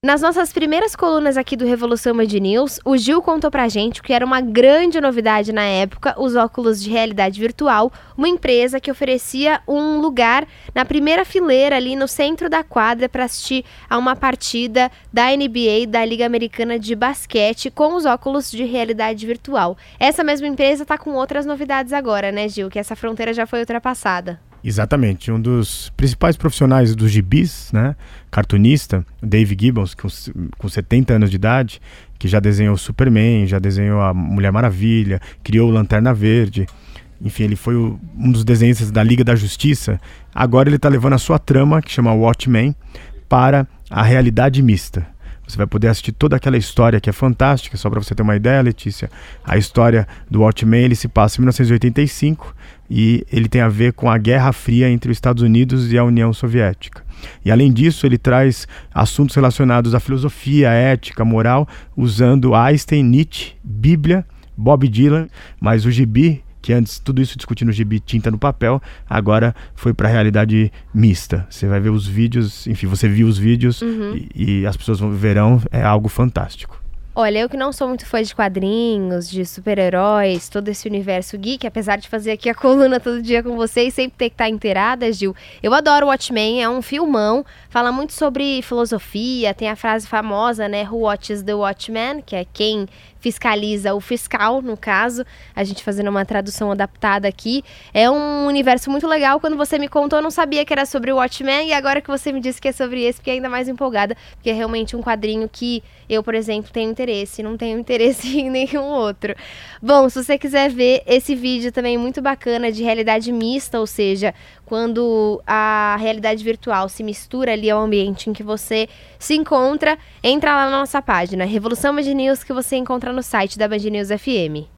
Nas nossas primeiras colunas aqui do Revolução Band News, o Gil contou pra gente que era uma grande novidade na época, os óculos de realidade virtual, uma empresa que oferecia um lugar na primeira fileira ali no centro da quadra para assistir a uma partida da NBA, da Liga Americana de Basquete, com os óculos de realidade virtual. Essa mesma empresa tá com outras novidades agora, né, Gil? Que essa fronteira já foi ultrapassada. Exatamente, um dos principais profissionais dos gibis, né, cartunista, Dave Gibbons, com 70 anos de idade, que já desenhou Superman, já desenhou a Mulher Maravilha, criou o Lanterna Verde, enfim, ele foi um dos desenhistas da Liga da Justiça. Agora ele está levando a sua trama, que chama Watchmen, para a realidade mista. Você vai poder assistir toda aquela história que é fantástica. Só para você ter uma ideia, Letícia, a história do Watchmen, ele se passa em 1985 e ele tem a ver com a Guerra Fria entre os Estados Unidos e a União Soviética. E além disso, ele traz assuntos relacionados à filosofia, à ética, moral, usando Einstein, Nietzsche, Bíblia, Bob Dylan, mas o gibi, que antes tudo isso discutindo o gibi tinta no papel, agora foi para a realidade mista. Você vai ver os vídeos, enfim, você viu os vídeos e as pessoas verão, é algo fantástico. Olha, eu que não sou muito fã de quadrinhos, de super-heróis, todo esse universo geek, apesar de fazer aqui a coluna todo dia com vocês, sempre ter que estar inteirada, Gil. Eu adoro o Watchmen, é um filmão, fala muito sobre filosofia, tem a frase famosa, né, Who watches the Watchman, que é quem fiscaliza o fiscal, no caso, a gente fazendo uma tradução adaptada aqui. É um universo muito legal. Quando você me contou, eu não sabia que era sobre o Watchmen, e agora que você me disse que é sobre esse, fiquei ainda mais empolgada, porque é realmente um quadrinho que eu, por exemplo, tenho interesse, não tenho interesse em nenhum outro. Bom, se você quiser ver esse vídeo também muito bacana de realidade mista, ou seja, quando a realidade virtual se mistura ali ao ambiente em que você se encontra, entra lá na nossa página, Revolução Band News, que você encontra no site da Band News FM.